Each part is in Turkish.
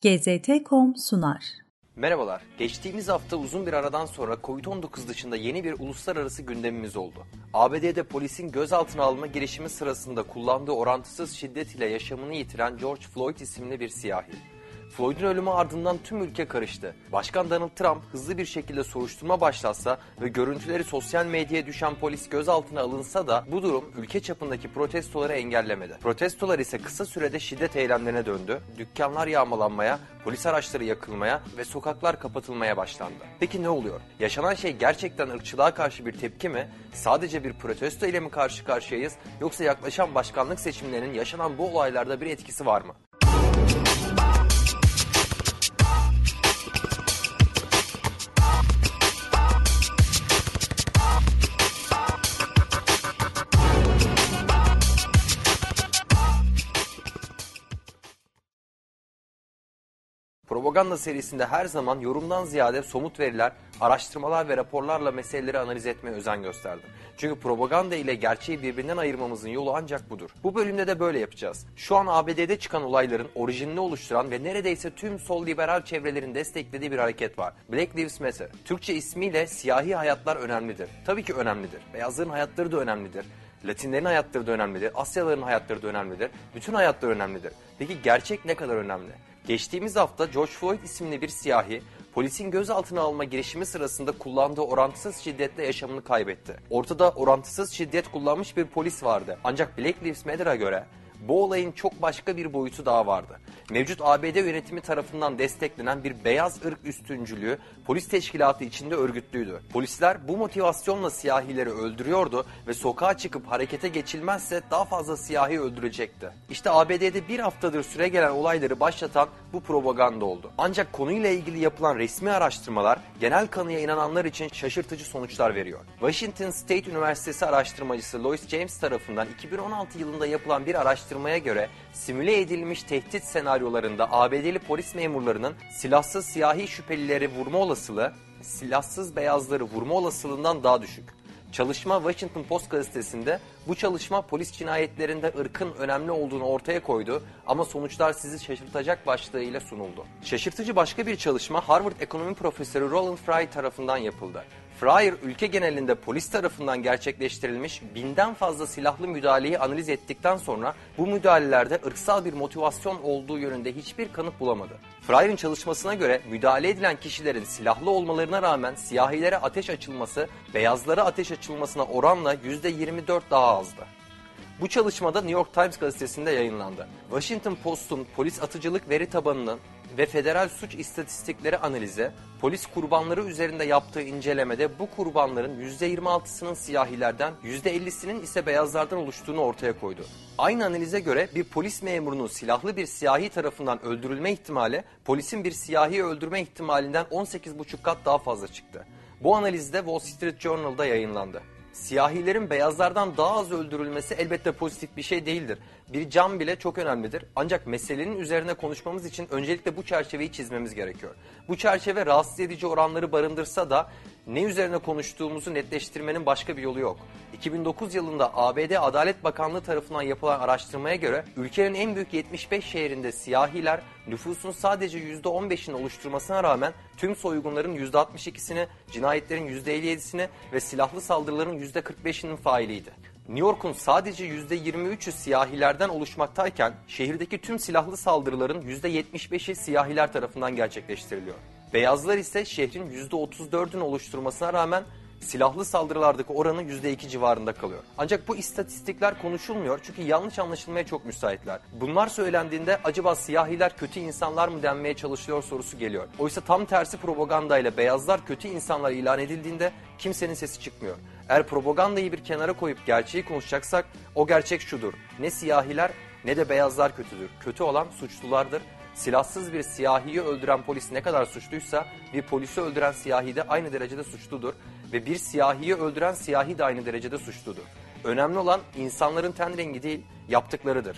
GZT.com sunar. Merhabalar. Geçtiğimiz hafta uzun bir aradan sonra Covid-19 dışında yeni bir uluslararası gündemimiz oldu. ABD'de polisin gözaltına alma girişimi sırasında kullandığı orantısız şiddet ile yaşamını yitiren George Floyd isimli bir siyahi. Floyd'un ölümü ardından tüm ülke karıştı. Başkan Donald Trump hızlı bir şekilde soruşturma başlatsa ve görüntüleri sosyal medyaya düşen polis gözaltına alınsa da bu durum ülke çapındaki protestoları engellemedi. Protestolar ise kısa sürede şiddet eylemlerine döndü. Dükkanlar yağmalanmaya, polis araçları yakılmaya ve sokaklar kapatılmaya başlandı. Peki ne oluyor? Yaşanan şey gerçekten ırkçılığa karşı bir tepki mi? Sadece bir protesto ile mi karşı karşıyayız? Yoksa yaklaşan başkanlık seçimlerinin yaşanan bu olaylarda bir etkisi var mı? Propaganda serisinde her zaman yorumdan ziyade somut veriler, araştırmalar ve raporlarla meseleleri analiz etmeye özen gösterdim. Çünkü propaganda ile gerçeği birbirinden ayırmamızın yolu ancak budur. Bu bölümde de böyle yapacağız. Şu an ABD'de çıkan olayların orijinini oluşturan ve neredeyse tüm sol liberal çevrelerin desteklediği bir hareket var. Black Lives Matter. Türkçe ismiyle siyahi hayatlar önemlidir. Tabii ki önemlidir. Beyazların hayatları da önemlidir. Latinlerin hayatları da önemlidir. Asyalıların hayatları da önemlidir. Bütün hayatlar önemlidir. Peki gerçek ne kadar önemli? Geçtiğimiz hafta George Floyd isimli bir siyahi, polisin gözaltına alma girişimi sırasında kullandığı orantısız şiddetle yaşamını kaybetti. Ortada orantısız şiddet kullanmış bir polis vardı. Ancak Black Lives Matter'a göre bu olayın çok başka bir boyutu daha vardı. Mevcut ABD yönetimi tarafından desteklenen bir beyaz ırk üstüncülüğü polis teşkilatı içinde örgütlüydü. Polisler bu motivasyonla siyahileri öldürüyordu ve sokağa çıkıp harekete geçilmezse daha fazla siyahi öldürecekti. İşte ABD'de bir haftadır süregelen olayları başlatan bu propaganda oldu. Ancak konuyla ilgili yapılan resmi araştırmalar genel kanıya inananlar için şaşırtıcı sonuçlar veriyor. Washington State Üniversitesi araştırmacısı Lois James tarafından 2016 yılında yapılan bir araştırmaya göre simüle edilmiş tehdit senaryolarında ABD'li polis memurlarının silahsız siyahi şüphelileri vurma olasılığı, silahsız beyazları vurma olasılığından daha düşük. Çalışma Washington Post gazetesinde bu çalışma polis cinayetlerinde ırkın önemli olduğunu ortaya koydu ama sonuçlar sizi şaşırtacak başlığıyla sunuldu. Şaşırtıcı başka bir çalışma Harvard ekonomi profesörü Roland Frye tarafından yapıldı. Fryer ülke genelinde polis tarafından gerçekleştirilmiş 1000'den fazla silahlı müdahaleyi analiz ettikten sonra bu müdahalelerde ırksal bir motivasyon olduğu yönünde hiçbir kanıt bulamadı. Fryer'in çalışmasına göre müdahale edilen kişilerin silahlı olmalarına rağmen siyahilere ateş açılması, beyazlara ateş açılmasına oranla %24 daha azdı. Bu çalışmada New York Times gazetesinde yayınlandı. Washington Post'un polis atıcılık veri tabanının ve federal suç istatistikleri analizi, polis kurbanları üzerinde yaptığı incelemede bu kurbanların %26'sının siyahilerden, %50'sinin ise beyazlardan oluştuğunu ortaya koydu. Aynı analize göre bir polis memurunun silahlı bir siyahi tarafından öldürülme ihtimali, polisin bir siyahi öldürme ihtimalinden 18,5 kat daha fazla çıktı. Bu analizde Wall Street Journal'da yayınlandı. Siyahilerin beyazlardan daha az öldürülmesi elbette pozitif bir şey değildir. Bir can bile çok önemlidir. Ancak meselenin üzerine konuşmamız için öncelikle bu çerçeveyi çizmemiz gerekiyor. Bu çerçeve rahatsız edici oranları barındırsa da ne üzerine konuştuğumuzu netleştirmenin başka bir yolu yok. 2009 yılında ABD Adalet Bakanlığı tarafından yapılan araştırmaya göre ülkenin en büyük 75 şehrinde siyahiler nüfusun sadece %15'ini oluşturmasına rağmen tüm soygunların %62'sini, cinayetlerin %57'sini ve silahlı saldırıların %45'inin failiydi. New York'un sadece %23'ü siyahilerden oluşmaktayken şehirdeki tüm silahlı saldırıların %75'i siyahiler tarafından gerçekleştiriliyor. Beyazlar ise şehrin %34'ünü oluşturmasına rağmen silahlı saldırılardaki oranı %2 civarında kalıyor. Ancak bu istatistikler konuşulmuyor çünkü yanlış anlaşılmaya çok müsaitler. Bunlar söylendiğinde acaba siyahiler kötü insanlar mı denmeye çalışıyor sorusu geliyor. Oysa tam tersi propagandayla beyazlar kötü insanlar ilan edildiğinde kimsenin sesi çıkmıyor. Eğer propagandayı bir kenara koyup gerçeği konuşacaksak o gerçek şudur: ne siyahiler ne de beyazlar kötüdür. Kötü olan suçlulardır. Silahsız bir siyahiyi öldüren polis ne kadar suçluysa bir polisi öldüren siyahi de aynı derecede suçludur ve bir siyahiyi öldüren siyahi de aynı derecede suçludur. Önemli olan insanların ten rengi değil, yaptıklarıdır.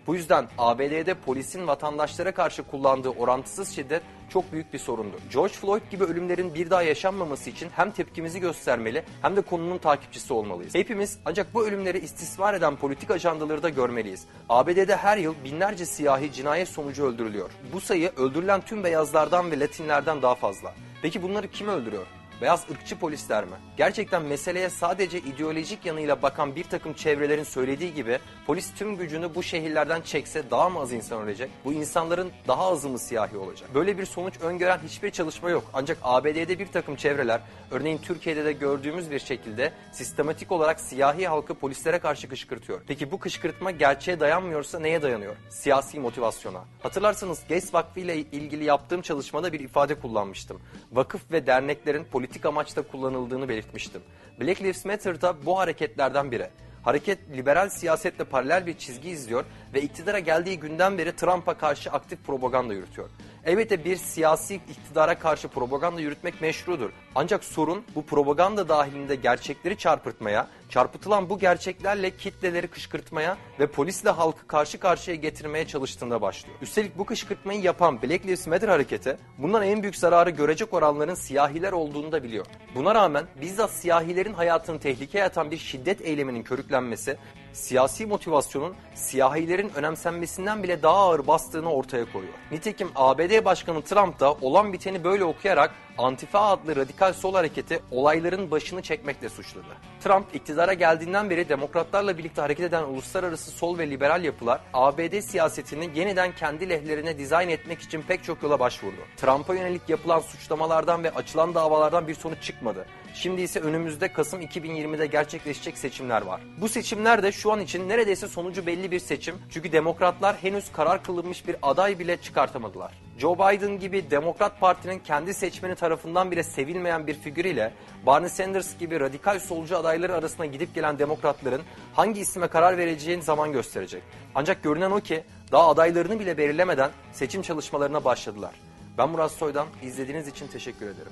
Bu yüzden ABD'de polisin vatandaşlara karşı kullandığı orantısız şiddet çok büyük bir sorundur. George Floyd gibi ölümlerin bir daha yaşanmaması için hem tepkimizi göstermeli hem de konunun takipçisi olmalıyız. Hepimiz ancak bu ölümleri istismar eden politik ajandaları da görmeliyiz. ABD'de her yıl binlerce siyahi cinayet sonucu öldürülüyor. Bu sayı öldürülen tüm beyazlardan ve Latinlerden daha fazla. Peki bunları kim öldürüyor? Beyaz ırkçı polisler mi? Gerçekten meseleye sadece ideolojik yanıyla bakan bir takım çevrelerin söylediği gibi polis tüm gücünü bu şehirlerden çekse daha mı az insan ölecek? Bu insanların daha azı mı siyahi olacak? Böyle bir sonuç öngören hiçbir çalışma yok. Ancak ABD'de bir takım çevreler, örneğin Türkiye'de de gördüğümüz bir şekilde sistematik olarak siyahi halkı polislere karşı kışkırtıyor. Peki bu kışkırtma gerçeğe dayanmıyorsa neye dayanıyor? Siyasi motivasyona. Hatırlarsanız Gates Vakfı ile ilgili yaptığım çalışmada bir ifade kullanmıştım. Vakıf ve derneklerin politik amaçla kullanıldığını belirtmiştim. Black Lives Matter da bu hareketlerden biri. Hareket liberal siyasetle paralel bir çizgi izliyor ve iktidara geldiği günden beri Trump'a karşı aktif propaganda yürütüyor. Elbette bir siyasi iktidara karşı propaganda yürütmek meşrudur. Ancak sorun bu propaganda dahilinde gerçekleri çarpıtmaya, çarpıtılan bu gerçeklerle kitleleri kışkırtmaya ve polisle halkı karşı karşıya getirmeye çalıştığında başlıyor. Üstelik bu kışkırtmayı yapan Black Lives Matter hareketi bundan en büyük zararı görecek olanların siyahiler olduğunu da biliyor. Buna rağmen bizzat siyahilerin hayatını tehlikeye atan bir şiddet eyleminin körüklenmesi, siyasi motivasyonun siyahilerin önemsenmesinden bile daha ağır bastığını ortaya koyuyor. Nitekim ABD Başkanı Trump da olan biteni böyle okuyarak Antifa adlı radikal sol hareketi olayların başını çekmekle suçladı. Trump iktidara geldiğinden beri demokratlarla birlikte hareket eden uluslararası sol ve liberal yapılar ABD siyasetini yeniden kendi lehlerine dizayn etmek için pek çok yola başvurdu. Trump'a yönelik yapılan suçlamalardan ve açılan davalardan bir sonuç çıkmadı. Şimdi ise önümüzde Kasım 2020'de gerçekleşecek seçimler var. Bu seçimler de şu an için neredeyse sonucu belli bir seçim. Çünkü demokratlar henüz karar kılınmış bir aday bile çıkartamadılar. Joe Biden gibi Demokrat Parti'nin kendi seçmeni tarafından bile sevilmeyen bir figürüyle Bernie Sanders gibi radikal solcu adayları arasında gidip gelen demokratların hangi isme karar vereceğini zaman gösterecek. Ancak görünen o ki daha adaylarını bile belirlemeden seçim çalışmalarına başladılar. Ben Murat Soydan, izlediğiniz için teşekkür ederim.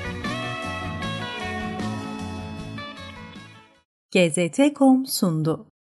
GZT.com sundu.